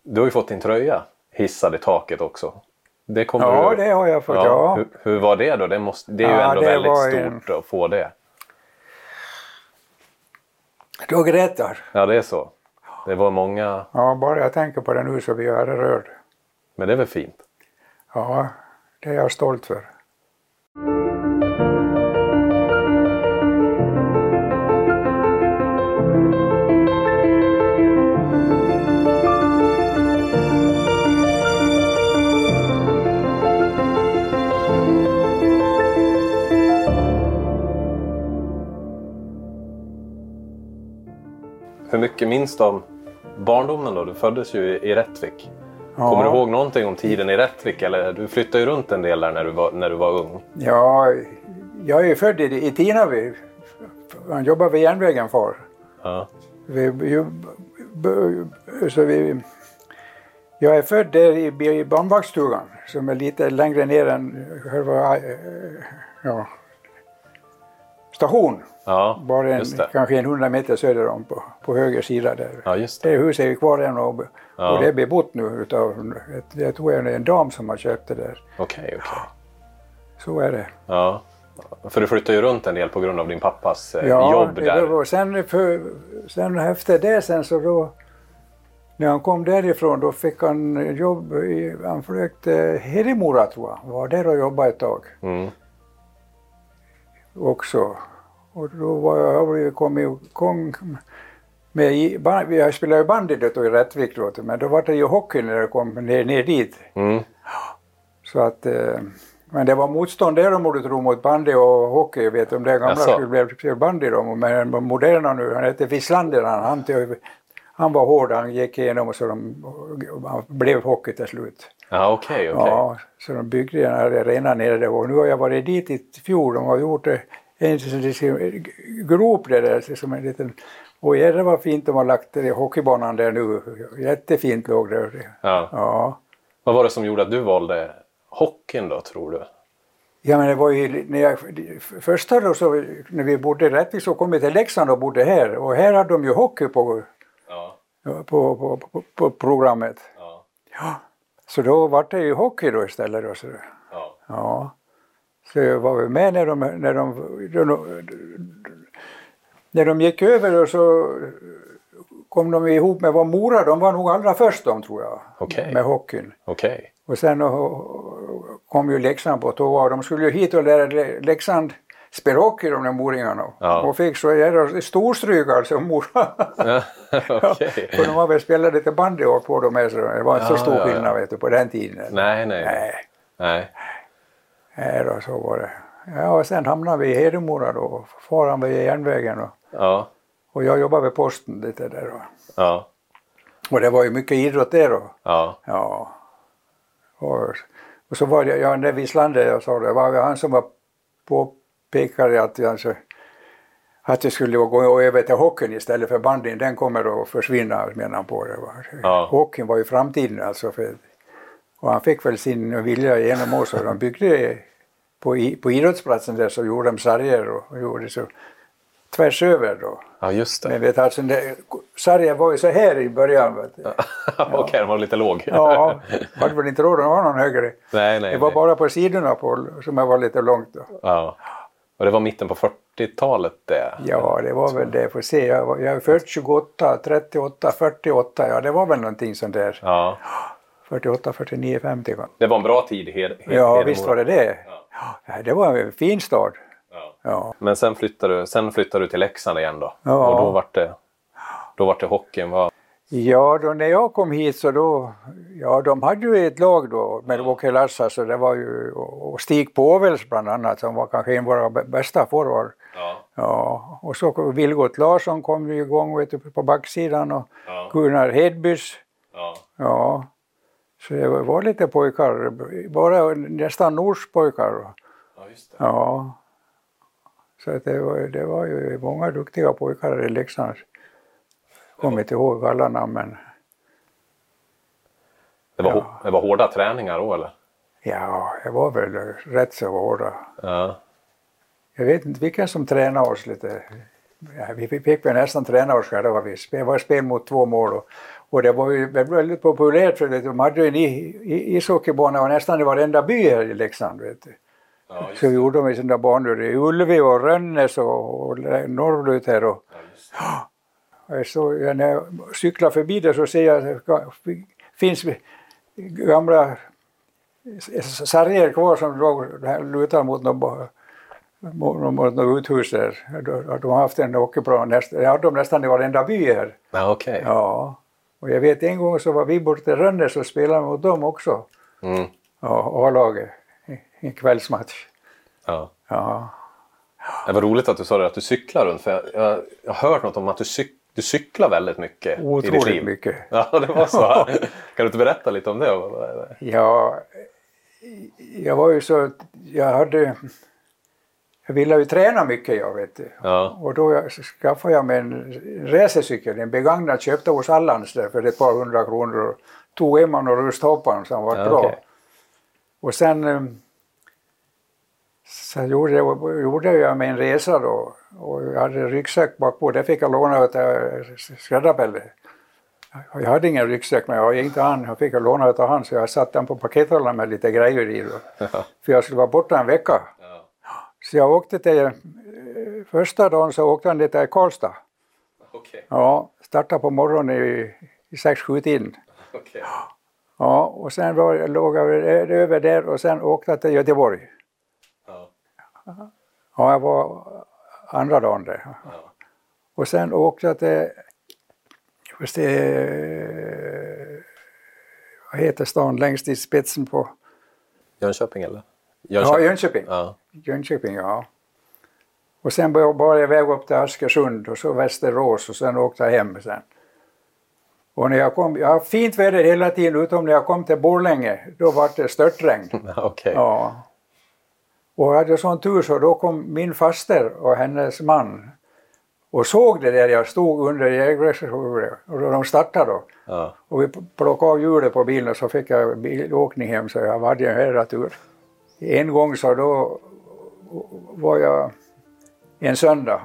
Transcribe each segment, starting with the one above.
Du har ju fått din tröja hissad i taket också. Det kommer det har jag fått, ja. Hur var det då? Det är ju ändå väldigt stort att få det. Du berättar. Ja, det är så. Det var många... Ja, bara jag tänker på det nu så blir jag rörd. Men det är väl fint? Ja, det är jag stolt för. Hur mycket minns du om barndomen då? Du föddes ju i Rättvik. Ja. Kommer du ihåg någonting om tiden i Rättvik? Eller du flyttade ju runt en del där när du var ung. Ja, jag är ju född i Tinaby. Han jobbar vid järnvägen för. Ja. Jag är född där i barnvaktsstugan som är lite längre ner än själva station. Ja, bara kanske 100 meter söder om på höger sida där. Ja, just det. Det huset är ju kvar än och det är bebott nu utav, jag tror det är en dam som har köpt det där. Okej. Så är det. Ja, för du flyttade ju runt en del på grund av din pappas jobb där. Ja, sen efter det så då, när han kom därifrån då fick han jobb han flög Hedemora tror jag, var där och jobbade ett tag. Mm. Också. Och då jag spelade ju bandy då i Rättvik då, men då var det ju hockey när jag kom ner dit. Mm. Så att, men det var motstånd där om du tror mot bandy och hockey, vet om det gamla skulle bli bandy då, men moderna nu, han hette Wislander, han var hård, han gick igenom och så han blev hockey till slut. Ja, okej. Ja, så de byggde den här arenan nere där och nu har jag varit dit i fjol, de har gjort en grop där som en liten, och det var fint, de har lagt hockeybanan där nu, jättefint låg där. Ja. Vad var det som gjorde att du valde hockeyn då, tror du? Ja, men det var ju första då så när vi bodde i Rättvik så kom vi till Leksand och bodde här, och här hade de ju hockey på programmet. Ja. Så då var det ju hockey då istället då, så. Ja. Så jag var väl med när de gick över och så kom de ihop med Mora, de var nog allra först de tror jag, med hockeyn. Okej. Och sen kom ju Leksand på tåg, de skulle ju hit och lära Leksand spela hockey de där moringarna. Och fick så storstryk alltså Mora. För de var väl spelade lite bandy och på dem här, så det var inte så stor skillnad vet du, på den tiden. Nej. Ja, så var det. Ja, och sen hamnade vi i Hedemora då, faran vid järnvägen och jag jobbade vid posten lite där då. Ja. Och det var ju mycket idrott där då. Ja. Och så var det, när Wislander jag sa det var han som var påpekade att det skulle gå över till hockeyn istället för bandyn, den kommer att försvinna menar han på det. Hockeyn var ju framtiden alltså och han fick väl sin vilja genom oss och de byggde på idrottsplatsen där så gjorde de sarger och gjorde så tvärs över då. Ja, just det. Men vet alltså, sargen var ju så här i början. Vet du. Okej, den var lite låg. Ja, man hade väl inte råd att ha någon högre. Nej. Det var bara på sidorna som var lite långt då. Ja, och det var mitten på 40-talet det? Ja, det var väl det. Får se, jag är född 28, 38, 48, ja det var väl någonting sånt där. Ja. 48, 49, 50. Det var en bra tid Ja, visst var det. Ja, det var en fin stad. Ja. Men sen flyttade du till Leksand igen då? Ja. Och då var det hockeyn? Ja, då när jag kom hit så då, de hade ju ett lag då med Åke Lassa, så det var ju, och Stig Påvels bland annat som var kanske en av våra bästa forward. Ja, och så Vilgot Larsson kom ju igång vet du, på backsidan och Gunnar Hedbys. Ja. Så det var lite pojkar, bara nästan Norspojkar. Ja, just det. Ja. Så att det var ju många duktiga pojkar i Leksand. Kommer inte ihåg alla namnen. Det var hårda träningar då eller? Ja, det var väl rätt så hårda. Ja. Jag vet inte vilka som tränade oss lite. vi fick väl nästan träna oss själva. Vi var spel mot 2 mål och det var ju väldigt populärt för de hade ju en ishockeybana och nästan i varenda by här i Leksand, vet du. Ja, så gjorde de i sina banor i Ullevi och Rönnäs och norrut här och så när jag cyklar förbi det så ser jag finns gamla sarger kvar som lutar mot något uthus där. De har haft en hockeyplan nästan i varenda by här. Ja, okej. Ja. Och jag vet en gång så var vi borta i Rönnäs och spelade mot dem också. Ja, A-laget. En kvällsmatch. Ja. Ja. Det var roligt att du sa det, att du cyklar runt. För jag har hört något om att du cyklar väldigt mycket i ditt liv. Otroligt mycket. Ja, det var så här. Kan du inte berätta lite om det? Ja, jag var ju så... Jag ville ju träna mycket, jag vet. Ja. Och då skaffade jag mig en racercykel, en begagnad, köpte hos Allands där för ett par 100 kronor. Och tog Emman och rusthoppan som var bra. Okay. Och sen gjorde jag mig en resa då. Och jag hade ryggsäck bakpå. Det fick jag låna av skräddarbälle. Jag hade ingen ryggsäck, men jag inte han. Jag fick låna av han, så jag satt den på pakethållaren med lite grejer i. Då. För jag skulle vara borta en vecka. Ja. Så jag åkte till... Första dagen så åkte han till Karlstad. Okay. Ja, startade på morgonen i 6-7 tiden. Okay. Ja, och sen låg jag över där och sen åkte jag till Göteborg. Ja. Ja, jag var andra dagen där. Ja. Och sen åkte jag till... vad heter stan längst i spetsen på... Jönköping eller? Ja, Jönköping. Ja. Jönköping, ja. Och sen bar jag iväg upp till Askersund och så Västerås och sen åkte jag hem sen. Och när jag har fint väder hela tiden utom när jag kom till Borlänge, då var det störtregn. Okay. Ja. Och jag hade sån tur så då kom min faster och hennes man och såg det där jag stod under jägarstationen och då de startade då. Ja. Och vi plockade av hjulet på bilen och så fick jag bilåkning hem så jag hade en hela tur. En gång så då var jag en söndag.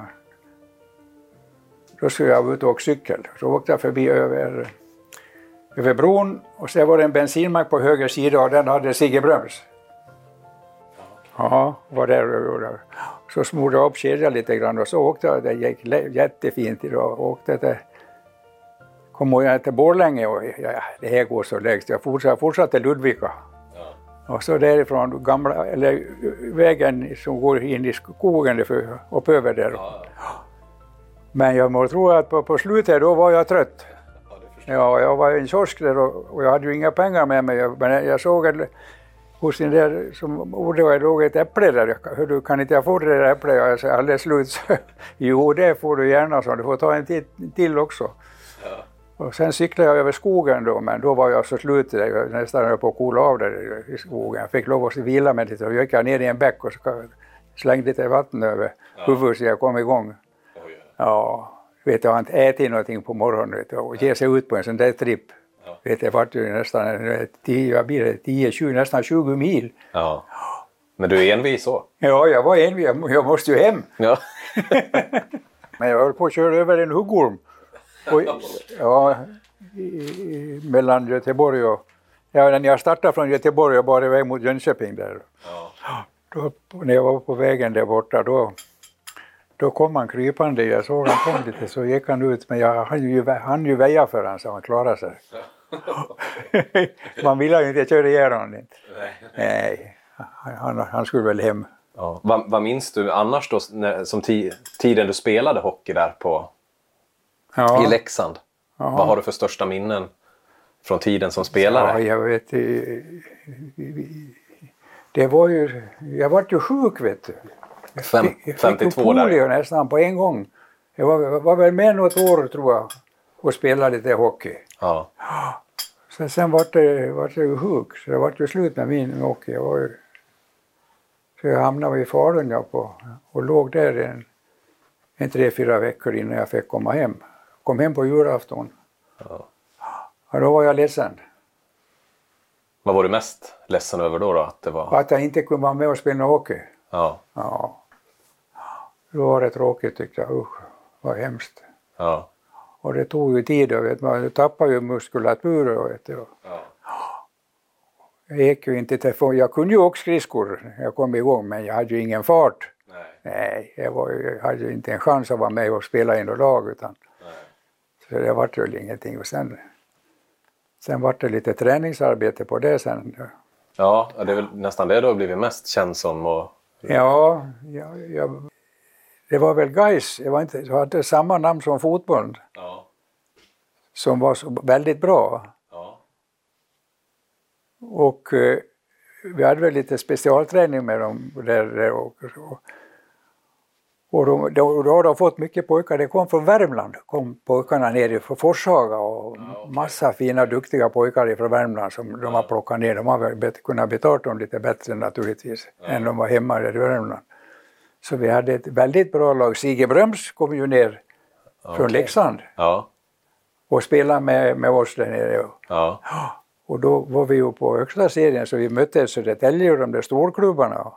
Då skulle jag ut och åka cykel. Så åkte jag förbi över bron och så var det en bensinmack på höger sida och den hade Siggebroms. Ja, var där. Så smorde jag upp kedjan lite grann och så åkte jag. Det gick jättefint idag. Kom jag till Borlänge och det här går så lägst. Jag fortsatte till Ludvika. Och så därifrån vägen som går in i skogen upp över där. Ja. Men jag må tro att på slutet då var jag trött. Ja, jag var i en kiosk där och jag hade ju inga pengar med mig. Men jag såg hos den där som oroade låg ett äpple där. Hur kan inte jag få det där äpplet? Jag är alldeles slut. Jo, det får du gärna, så du får ta en till också. Ja. Och sen cyklade jag över skogen då, men då var jag så slut där. Jag nästan på att kola av där i skogen. Jag fick lov att vila med lite och gick jag ner i en bäck och slängde lite vatten över huvudet så jag kom igång. Ja, vet jag har inte ätit någonting på morgonen och ge sig ut på en sån där tripp. Ja. Vet jag vart ju nästan 10-20, nästan 20 mil. Ja. Men du är envis så? Ja, jag var envis. Jag måste ju hem. Ja. Men jag höll på att köra över en huggorm. Och, ja, mellan Göteborg och... Ja, när jag startade från Göteborg och bara iväg mot Jönköping där. Ja. Då, när jag var på vägen där borta då kom han krypande. Jag såg han kom lite så gick han ut. Men han ju väja för han så han klarade sig. Man ville ju inte köra ihjäl honom. Nej. Han skulle väl hem. Ja. Vad minns du annars då som tiden du spelade hockey där i Leksand? Ja. Vad har du för största minnen från tiden som spelare? Ja, jag vet. Det var ju... Jag var ju sjuk, vet du. 52 där. Nästan på en gång. Jag var väl med något år tror jag och spelade lite hockey. Ja. Sen var jag ju sjuk så det var ju slut med min hockey. Så jag hamnade i Falun och låg där en 3-4 veckor innan jag fick komma hem. Kom hem på julafton. Ja. Och då var jag ledsen. Vad var du mest ledsen över då? Att jag inte kunde vara med och spela hockey. Ja. Ja. Då var det tråkigt tyckte jag. var hemskt. Ja. Och det tog ju tid, vet man. Du tappar ju muskulatur. Vet du. Ja. Jag gick ju inte till, jag kunde ju åka skridskor, jag kom igång, men jag hade ju ingen fart. Nej, jag hade ju inte en chans att vara med och spela i något lag. Utan, så det var ju ingenting. Och sen var det lite träningsarbete på det sen. Ja, det är väl nästan det du har blivit mest känd som. Och... Ja, det var väl Gais, jag hade samma namn som fotbollen. Ja. Som var så väldigt bra. Ja. Och vi hade väl lite specialträning med dem där och då har de fått mycket pojkar. Det kom från Värmland, kom pojkarna ner från Forshaga och massa fina duktiga pojkar från Värmland som de har plockat ner. De har kunnat betala dem lite bättre naturligtvis än de var hemma där i Värmland. Så vi hade ett väldigt bra lag. Sige Bröms kom ju ner från Leksand och spelade med oss där nere. Ja. Och då var vi ju på högsta serien så vi mötte Södertälje och de där storklubbarna.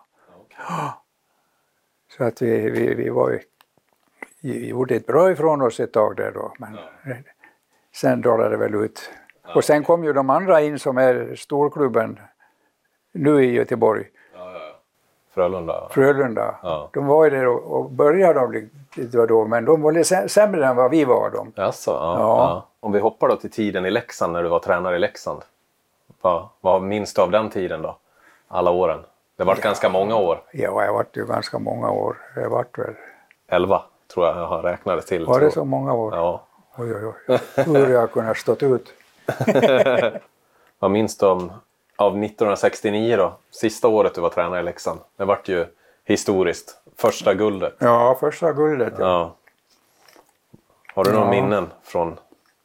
Så att vi gjorde ett bra ifrån oss ett tag där då. Men sen drar det väl ut. Och sen kom ju de andra in som är storklubben nu i Göteborg. Frölunda. Ja. De var ju där och började då, men de var lite sämre än vad vi var. Jaså, ja. Om vi hoppar då till tiden i Leksand när du var tränare i Leksand. Vad minns du av den tiden då? Alla åren? Det var ganska många år. Ja, jag var ju ganska många år. Jag var väl 11 tror jag har räknat till. Var det så många år? Ja. Oj. Hur jag kunnat stått ut. Vad minns du av 1969 då? Sista året du var tränare i Leksand. Det var ju historiskt. Första guldet. Ja, första guldet. Ja. Har du några minnen från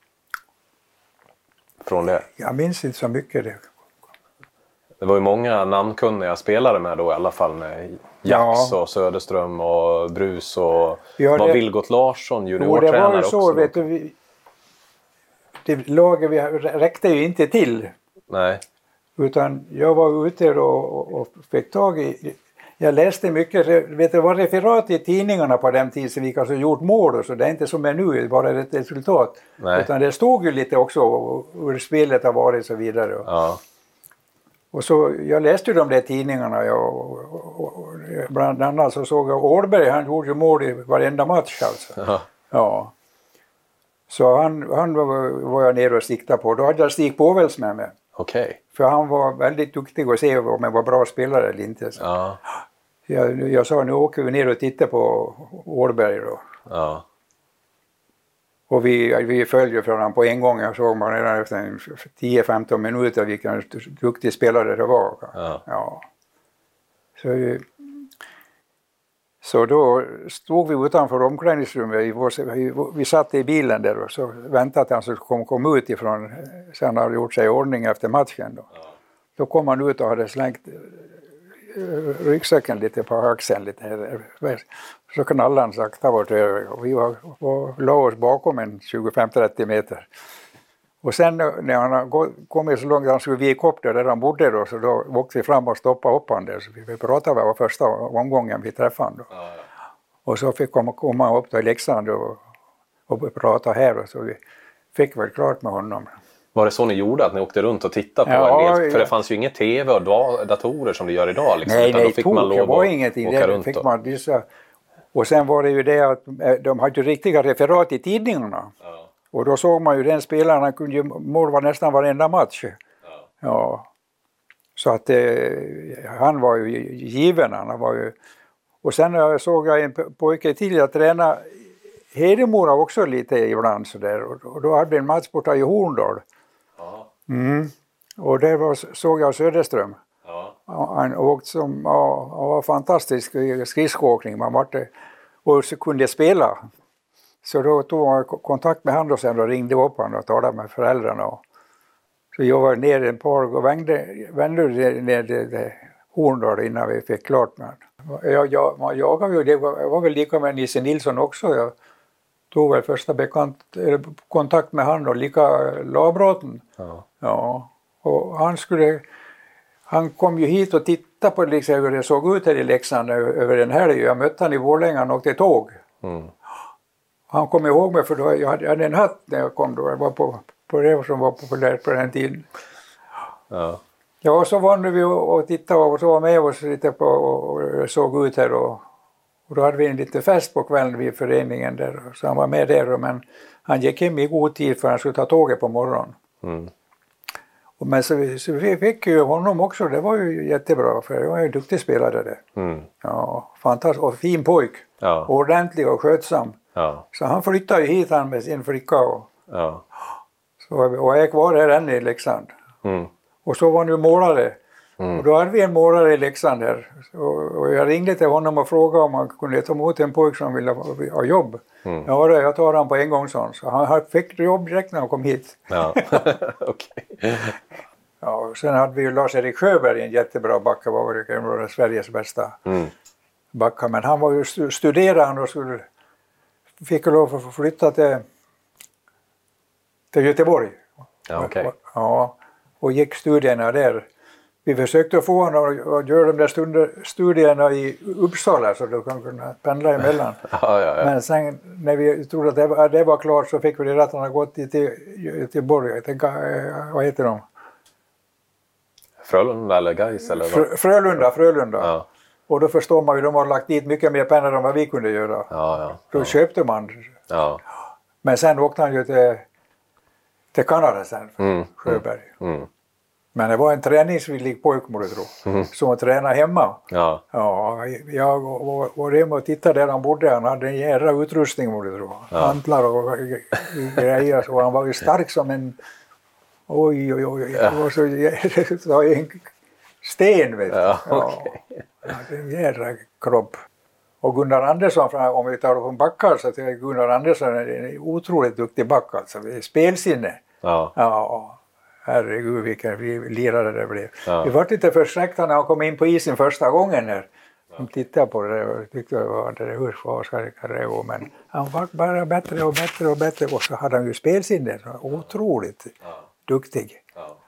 det? Jag minns inte så mycket det. Det var ju många namnkunniga spelare med då i alla fall med Jax och Söderström och Brus och var Vilgot Larsson juniortränare också. Det var ju så, vet du, det laget vi räckte ju inte till. Nej. Utan jag var ute och fick tag i, jag läste mycket, vet du, det var referat i tidningarna på den tiden vilka som gjort mål och så, det är inte som är nu, bara ett resultat. Nej. Utan det stod ju lite också hur spelet har varit och så vidare. Ja. Och så, jag läste ju de där tidningarna och bland annat så såg jag Årberg, han gjorde ju mål i varenda match alltså. Ja. Så han var jag nere och siktade på, då hade jag Stig Påvels med mig. Okej. För han var väldigt duktig att se om jag var bra spelare eller inte. Så. Ja. Jag sa nu åker vi ner och tittar på Årberg då. Ja. Och vi följde från honom på en gång. Jag såg man redan efter 10-15 minuter vilken duktig spelare det var. Ja. Så då stod vi utanför omklädningsrummet. Vi satt i bilen där och så väntade att han skulle komma ut ifrån. Sen hade gjort sig i ordning efter matchen. Då kom han ut och hade slängt ryggsäcken lite på axeln. Så knallade han sakta bort över. Och vi la oss bakom en 25-30 meter. Och sen när han kommit så långt han skulle vika upp där han bodde då, så då åkte vi fram och stoppade upp han där. Så vi pratade med första omgången vi träffade honom då. Och så fick komma upp till Leksand och prata här och så vi fick väl klart med honom. Var det så ni gjorde att ni åkte runt och tittade på en del? För det fanns ju inget tv och datorer som det gör idag. Liksom, nej, då fick man lov var ingenting. Åka där runt fick man dissa. Och sen var det ju det att de hade ju riktiga referat i tidningarna. Ja. Och då såg man ju den spelaren, han kunde ju mål nästan varenda match. Ja. Så att han var ju given. Han var ju... Och sen såg jag en pojke till jag träna Hedemora också lite ibland sådär. Och då hade vi en match borta i Horndal. Och där såg jag Söderström. Han var fantastisk skridskoåkning. Man var det och så kunde spela. Så då tog jag kontakt med honom och sen ringde upp honom och talade med föräldrarna. Så jag var ner en par och vände ner till Horndal innan vi fick klart med honom. Det var väl lika med Nisse Nilsson också. Jag tog väl första kontakt med honom och lika Labråten. Ja. Och han kom ju hit och tittade på liksom hur det såg ut här i Leksand över en helg. Jag mötte han i Borlänge och åkte tåg. Han kom ihåg mig för då jag hade en hatt när jag kom då. Jag var på det som var populärt på den tiden. Ja. Ja, och så var vi och tittade och så var med oss lite på och såg ut här och då hade vi en liten fest på kvällen vid föreningen där. Så han var med där, men han gick hem i god tid för han skulle ta tåget på morgonen. Mm. Men så vi fick ju honom också, det var ju jättebra för jag var ju en duktig spelare där. Mm. Ja, fantastiskt, och fin pojk. Ja. Ordentlig och skötsam. Ja. Så han flyttade ju hit han med sin flicka och jag är kvar här än i Leksand. Mm. Och så var han ju målare. Mm. Och då hade vi en målare i Leksand här. Och jag ringde till honom och frågade om han kunde ta emot en pojk som ville ha jobb. Mm. Ja, jag tar han på en gång sån. Så han fick jobb direkt när han kom hit. Ja, okej. Ja, och sen hade vi ju Lars-Erik Sjöberg, en jättebra backa, var Sveriges bästa backa. Men han var ju studerande och fick lov att flytta till Göteborg. Ja, okej. Ja, och gick studierna där. Vi försökte få honom att göra de där studierna i Uppsala så då kan kunna pendla emellan. Ja. Men sen när vi trodde att det var klart så fick vi det att han har gått till Göteborg. Jag tänker, vad heter de? Frölunda eller Gais eller vad? Frölunda. Ja. Och då förstår man ju, de har lagt dit mycket mer pengar än vad vi kunde göra. Då köpte man. Ja. Men sen åkte han ju till Kanada sen, Sjöberg. Men det var en träningsvillig pojk, må du tro, som tränade hemma. Ja, jag var hemma och tittade där han bodde. Han hade en jävla utrustning, må du tro. Hantlar och grejer. Så han var ju stark som en... Oj. Och så en sten, vet du. En jävla kropp. Och Gunnar Andersson, om vi tar från backar, så är Gunnar Andersson en otroligt duktig back. Alltså, spelsinne. Ja. Herregud vilken lirare det blev. Ja. Vi var lite förskräckta när han kom in på isen första gången när de tittade på det och tyckte att det var men han var bara bättre och så hade han ju spelsinne, otroligt duktig.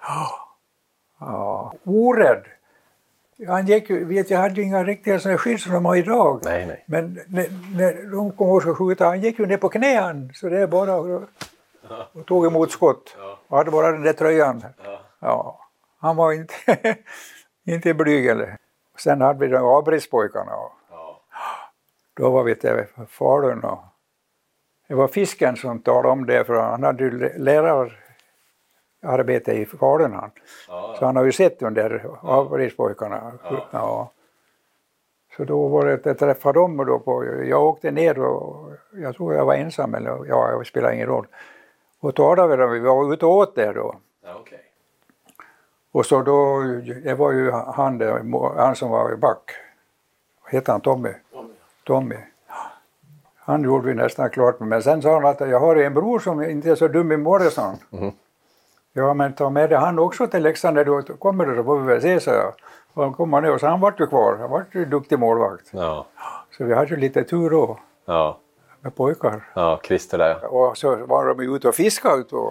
Ja. Orädd. Han gick ju, jag hade ju inga riktiga sådana skydd som de har idag. Nej. Men när de kom och skjuta, han gick ju ner på knän så det är bara och tog emot skott. Och hade bara den där tröjan. Ja. Han var inte blyg eller. Sen hade vi de avbredspojkarna. Då var vi till Falun. Det var Fisken som talade om det, för han hade ju lärararbete i Falun. Så han har ju sett de där avbredspojkarna. Ja. Så då var det att jag träffade dem och jag åkte ner och jag tror jag var ensam eller jag spelade ingen roll. Och talade vi var ute och åt där då. Okay. Och så då, det var ju han som var i back. Vad heter han? Tommy. Han gjorde vi nästan klart med. Men sen sa han att jag har en bror som inte är så dum i Morrison. Ja, men ta med det han också till Leksand när du kommer då så får vi väl se, så jag. Och han kom ner och så han var ju kvar. Han var ju duktig målvakt. Ja. Så vi hade ju lite tur då. Ja. Med pojkar. Ja, Christer där. Och så var de ute och fiskade ut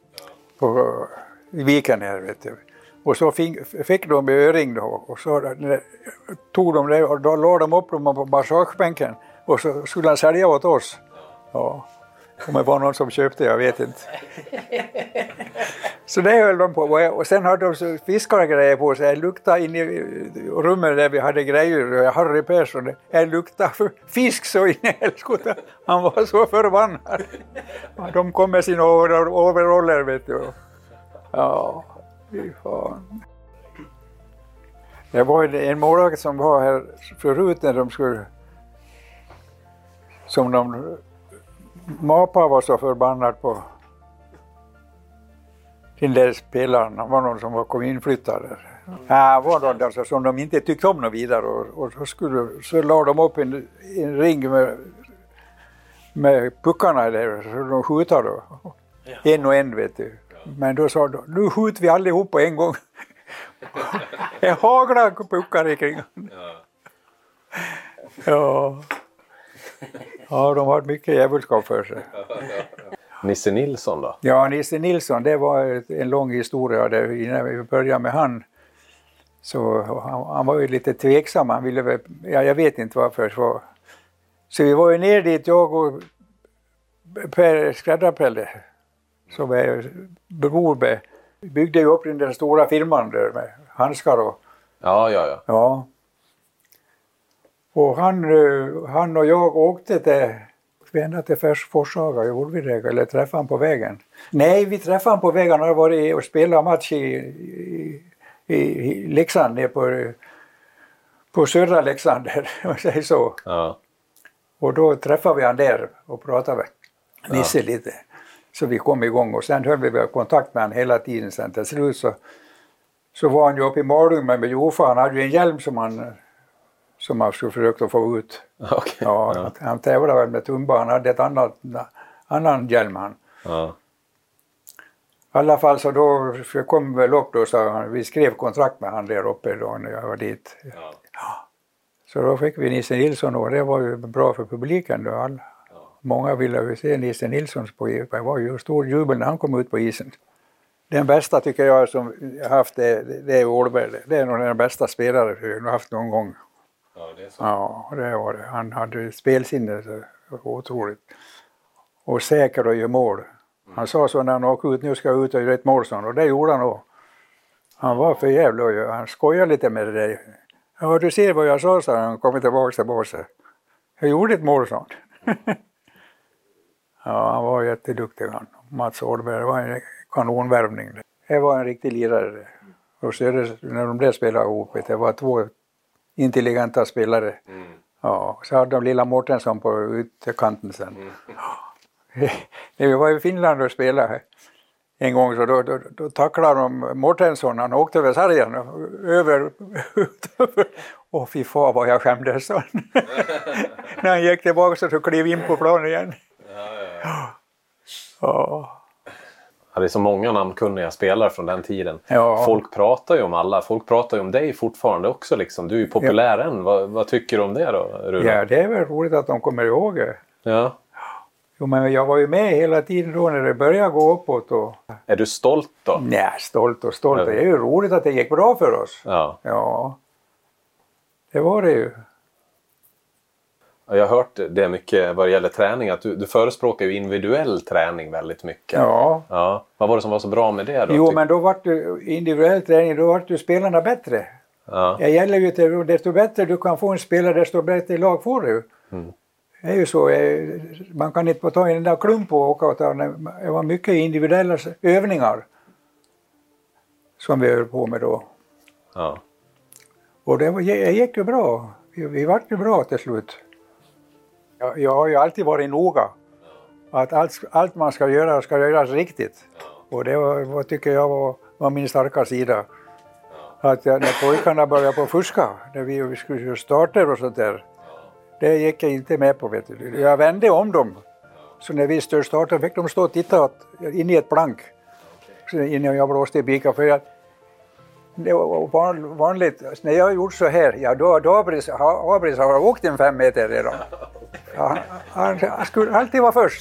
i viken här, vet du. Och så fick de öring då. Och så tog de det och då lade de upp dem på massagebänken. Och så skulle han sälja åt oss. Ja. Om det var någon som köpte, jag vet inte. Så det höll de på. Och sen hade de så fiskargrejer på sig. Jag luktade in i rummet där vi hade grejer. Harry Persson. Jag luktade fisk så in i helskotta. Han var så förbannad. De kom med sina overoller, vet du. Ja, fy fan. Det var en målvakt som var här förut när de skulle... Som de... Mapa var så förbannad på den där spelaren. Han var någon som kom inflyttad där. Ja, var någon där som de inte tyckte om något vidare. Och så la de upp en ring med puckarna där. Så de skjuter då. En och en, vet du. Men då sa de, nu skjuter vi allihop på en gång. En hagla puckar kring. Ja. Ja, de har mycket djävulskap för sig. Nisse Nilsson då? Ja, Nisse Nilsson, det var en lång historia där innan vi började med han. Så han var ju lite tveksam, han ville väl, jag vet inte varför. Så vi var ju ner dit, jag och Per Skräddarpelle som är bror med, byggde ju upp den stora firman där med handskar och... Ja. Och han och jag åkte till Forshaga, gjorde vi det, eller träffade han på vägen? Nej, vi träffade han på vägen, han hade varit och spelat match i Leksand, nere på södra Leksand där, om man säger så. Ja. Och då träffade vi han där och pratade med Nisse lite. Så vi kom igång och sen höll vi kontakt med han hela tiden. Sen till slut så var han ju uppe i Malung med Jofa. Han hade ju en hjälm som han skulle försöka få ut. Okay. Ja. Han tävlade väl med Tumba. Han hade ett annan hjälm han. Ja. I alla fall så då kom vi väl upp då, så vi skrev kontrakt med han där uppe då när jag var dit. Ja. Så då fick vi Nisse Nilsson och det var ju bra för publiken då. Många ville ju se Nisse Nilsson på isen. Det var ju stor jubel när han kom ut på isen. Den bästa tycker jag som jag haft det är Ålberg. Det är nog den bästa spelare jag har haft någon gång. Ja, det är så. Ja, det var det. Han hade spelsinne så otroligt. Och säker att göra mål. Han sa så när han åkte ut, nu ska jag ut och göra ett mål, och det gjorde han då. Han var för jävla, han skojade lite med det där. Ja, du ser vad jag sa, så han kom tillbaka till basen. Jag gjorde ett mål, sånt. Ja, han var jätteduktig han. Mats Ålberg, det var en kanonvärvning. Det var en riktig lirare. Och så när de där spelade ihop, det var 2 intelligenta spelare. Ja, så hade de lilla Mårtensson på utkanten sen. Vi var i Finland och spelade en gång, så då tacklade de Mårtensson. Han åkte över sargen över. Och fy fan vad jag skämdes så. När han gick tillbaka så klev in på planen igen. Ja. Ja, det är så många namnkunniga spelare från den tiden. Ja. Folk pratar ju om alla. Folk pratar ju om dig fortfarande också. Liksom. Du är ju populär än. Vad tycker du om det då, Rune? Ja, det är väl roligt att de kommer ihåg det. Ja. Jo, men jag var ju med hela tiden då när det började gå uppåt. Och... Är du stolt då? Nej, stolt. Ja. Det är ju roligt att det gick bra för oss. Ja. Det var det ju. Jag har hört det mycket vad det gäller träning, att du förespråkar ju individuell träning väldigt mycket. Ja. Vad var det som var så bra med det då? Jo, men då var det individuell träning, då var det spelarna bättre. Ja. Det gäller ju till, desto bättre du kan få en spelare, desto bättre lag får du. Det är ju så, man kan inte ta en där klump och åka. Det var mycket individuella övningar som vi höll på med då. Ja. Och det gick ju bra. Vi var ju bra till slut. Jag har ju alltid varit noga. Att allt man ska göras riktigt. Och det var tycker jag var min starka sida. Att när pojkarna började på fuska, när vi skulle göra starter och sånt där. Det gick jag inte med på, vet du. Jag vände om dem. Så när vi startade fick de stå och titta in i ett plank. Innan jag blåste i bika. För det var vanligt. När jag gjort så här, då Abris har åkt en 5 meter redan. Han skulle alltid vara först.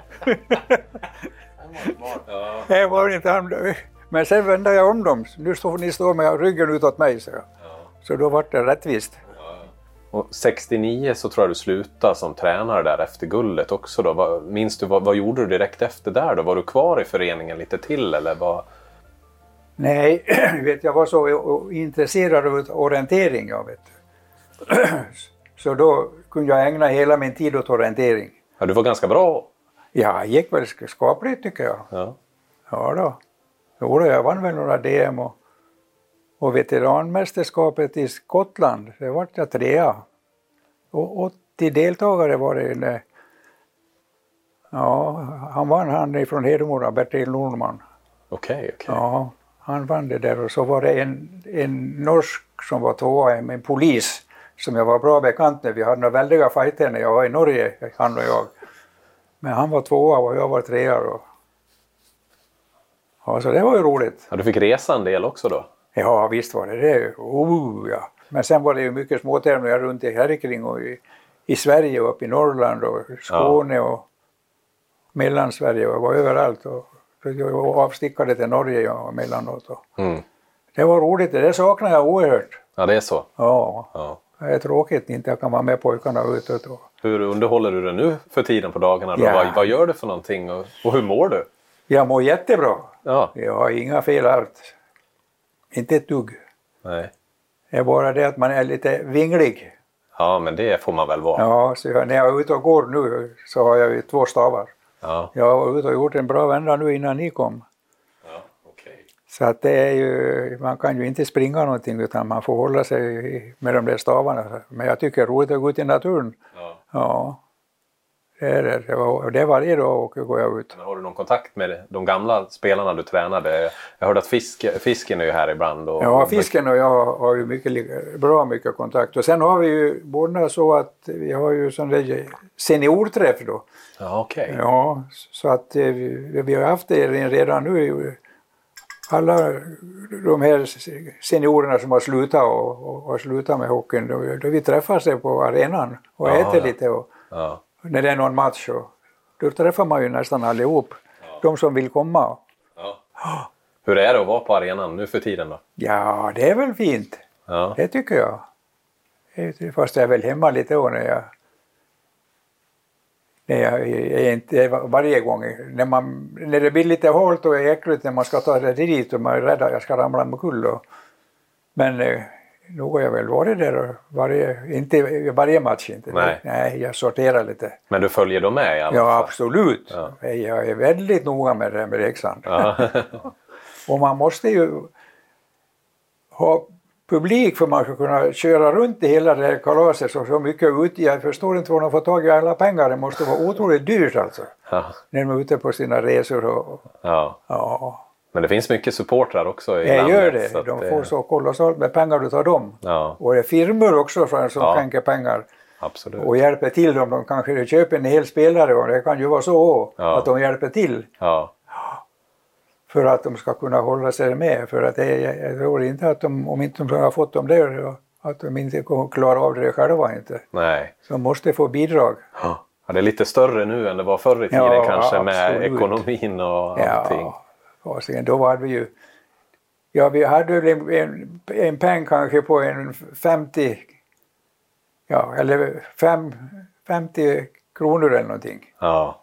Det var inte han. Men sen vände jag om dem. Nu står ni med ryggen utåt mig. Så då var det rättvist. Och 69 så tror jag du slutade som tränare där efter guldet också då. Minns du vad gjorde du direkt efter där då? Var du kvar i föreningen lite till eller vad? Nej, jag var så intresserad av orientering, jag vet. Så då kunde jag ägna hela min tid åt orientering. Ja, du var ganska bra. Ja, jag gick väl skapligt tycker jag. Ja då. Jag vann väl några DM och veteranmästerskapet i Skottland, det var jag 3. Och 80 deltagare var det. Ja, han vann han från Hedemora, Bertil Nordman. Okej. Ja, han vann det där och så var det en norsk som var 2, en polis som jag var bra bekant med. Vi hade några väldiga fighter när jag var i Norge, han och jag. Men han var 2 och jag var 3 och... Ja, så det var ju roligt. Ja, du fick resa en del också då? Ja, visst var det. Ja. Men sen var det ju mycket småtävlingar runt i Härkring och i Sverige och uppe i Norrland och Skåne och Mellansverige och var överallt. Och avstickade till Norge och mellanåt. Det var roligt, det saknar jag oerhört. Ja, det är så? Ja. Det är tråkigt inte jag kan vara med pojkarna ute. Hur underhåller du det nu för tiden på dagarna? Då? Ja. Vad gör du för någonting och hur mår du? Jag mår jättebra. Ja. Jag har inga fel allt. Inte ett dugg. Nej. Det är bara det att man är lite vinglig. Ja, men det får man väl vara. Ja, så när jag är ute och går nu så har jag ju 2 stavar. Ja. Jag var ute och gjort en bra vända nu innan ni kom. Ja, okay. Så att det är ju, man kan ju inte springa någonting utan man får hålla sig med de där stavarna. Men jag tycker det är roligt att gå ut i naturen. Ja. Ja. Det är det. Och det varje dag och går jag ut. Men har du någon kontakt med de gamla spelarna du tränade? Jag hörde att Fisken är ju här ibland. Ja, Fisken och jag har ju bra mycket kontakt. Och sen har vi ju båda så att vi har ju sån där seniorträff då. Ja, okej. Okay. Ja, så att vi har haft det redan nu. Alla de här seniorerna som har slutat och har slutat med hockeyn, då vi träffar sig på arenan och äter lite. Och, när det är någon match då träffar man ju nästan allihop. De som vill komma. Ja. Hur är det att vara på arenan nu för tiden då? Ja, det är väl fint. Ja. Det tycker jag. Fast jag är väl hemma lite då när jag är inte varje gång. När det blir lite halt och äckligt när man ska ta det dit och man är rädd att jag ska ramla med kull. Men nog har jag väl varit där inte varje match inte. Nej, jag sorterar lite. Men du följer dem med i alla fall? Ja, absolut. Ja. Jag är väldigt noga med det med Leksand. Ja. Och man måste ju ha publik för man ska kunna köra runt i hela det här kalaset så mycket ut. Jag förstår inte var de får tag i alla pengar. Det måste vara otroligt dyrt alltså. Ja. När de är ute på sina resor. Ja. Men det finns mycket supportrar också i landet. Gör det. Så de får så kolossalt med pengar utav dem. Ja. Och det är firmor också som skänker pengar. Absolut. Och hjälper till dem. De kanske köper en hel spelare och det kan ju vara så att de hjälper till. Ja. För att de ska kunna hålla sig med. För att jag tror inte att om inte de har fått dem där att de inte kommer klara av det själva inte. Nej. Så de måste få bidrag. Ja, det är lite större nu än det var förr i tiden kanske med ekonomin och allting. Ja, och sen då var vi ju... Ja, vi hade en peng kanske på en 50... Ja, eller 50 kronor eller någonting. Ja.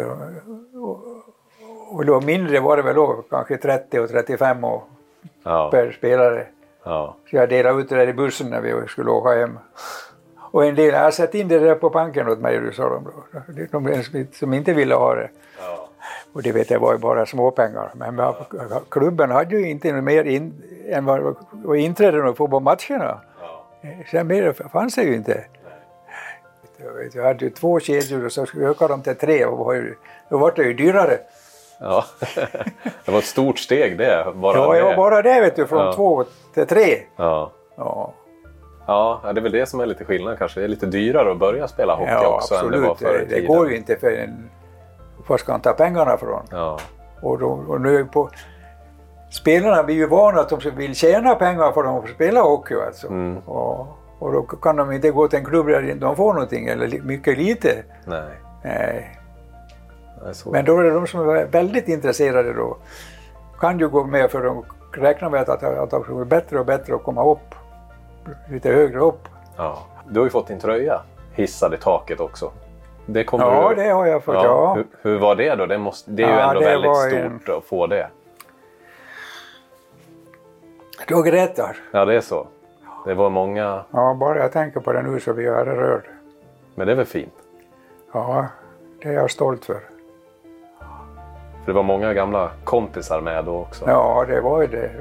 Och då mindre var det väl då, kanske 30 och 35 per spelare. Ja. Så jag delade ut det där i bussen när vi skulle åka hem. Och en del, jag satt in det där på banken åt mig, sa de då. De som inte ville ha det. Ja. Och det vet jag var ju bara småpengar. Men klubben hade ju inte mer än vad inträdde på matcherna. Ja. Sen mer fanns det ju inte. Jag hade ju 2 kedjor och så ökade de till 3 och då var det ju dyrare. Ja, det var ett stort steg det. Bara det vet du, från 2 till 3. Ja, det är väl det som är lite skillnad kanske. Det är lite dyrare att börja spela hockey också absolut. Än det var förr i tiden. Det går ju inte för var ska han ta pengarna från? Ja. Och nu spelarna blir ju vana att de vill tjäna pengar för att de får spela hockey alltså. Mm. Och då kan de inte gå till en klubb där de får någonting eller mycket lite. Nej. Men då är det de som är väldigt intresserade då kan ju gå med för de räknar med att de blir bättre och bättre att komma upp lite högre upp. Ja. Du har ju fått din tröja hissad i taket också. Det det har jag fått, ja. Hur var det då? Det är ju ändå väldigt stort att få det. Du grätar. Ja, det är så. Det var många... Ja, bara jag tänker på det nu så blir jag rörd. Men det är väl fint? Ja, det är jag stolt för. För det var många gamla kompisar med då också. Ja, det var ju det.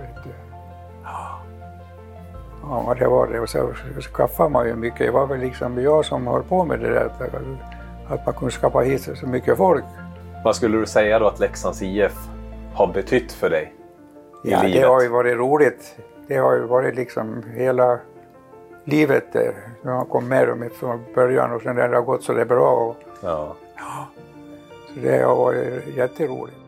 Ja, det var det. Och så skaffade man ju mycket. Det var väl liksom jag som höll på med det där. Att man kunde skaffa hit så mycket folk. Vad skulle du säga då att Leksands IF har betytt för dig i livet? Det har ju varit roligt. Det har ju varit liksom hela livet där. Jag kom med dem från början och sen det har gått så det är bra. Så det har varit jätteroligt.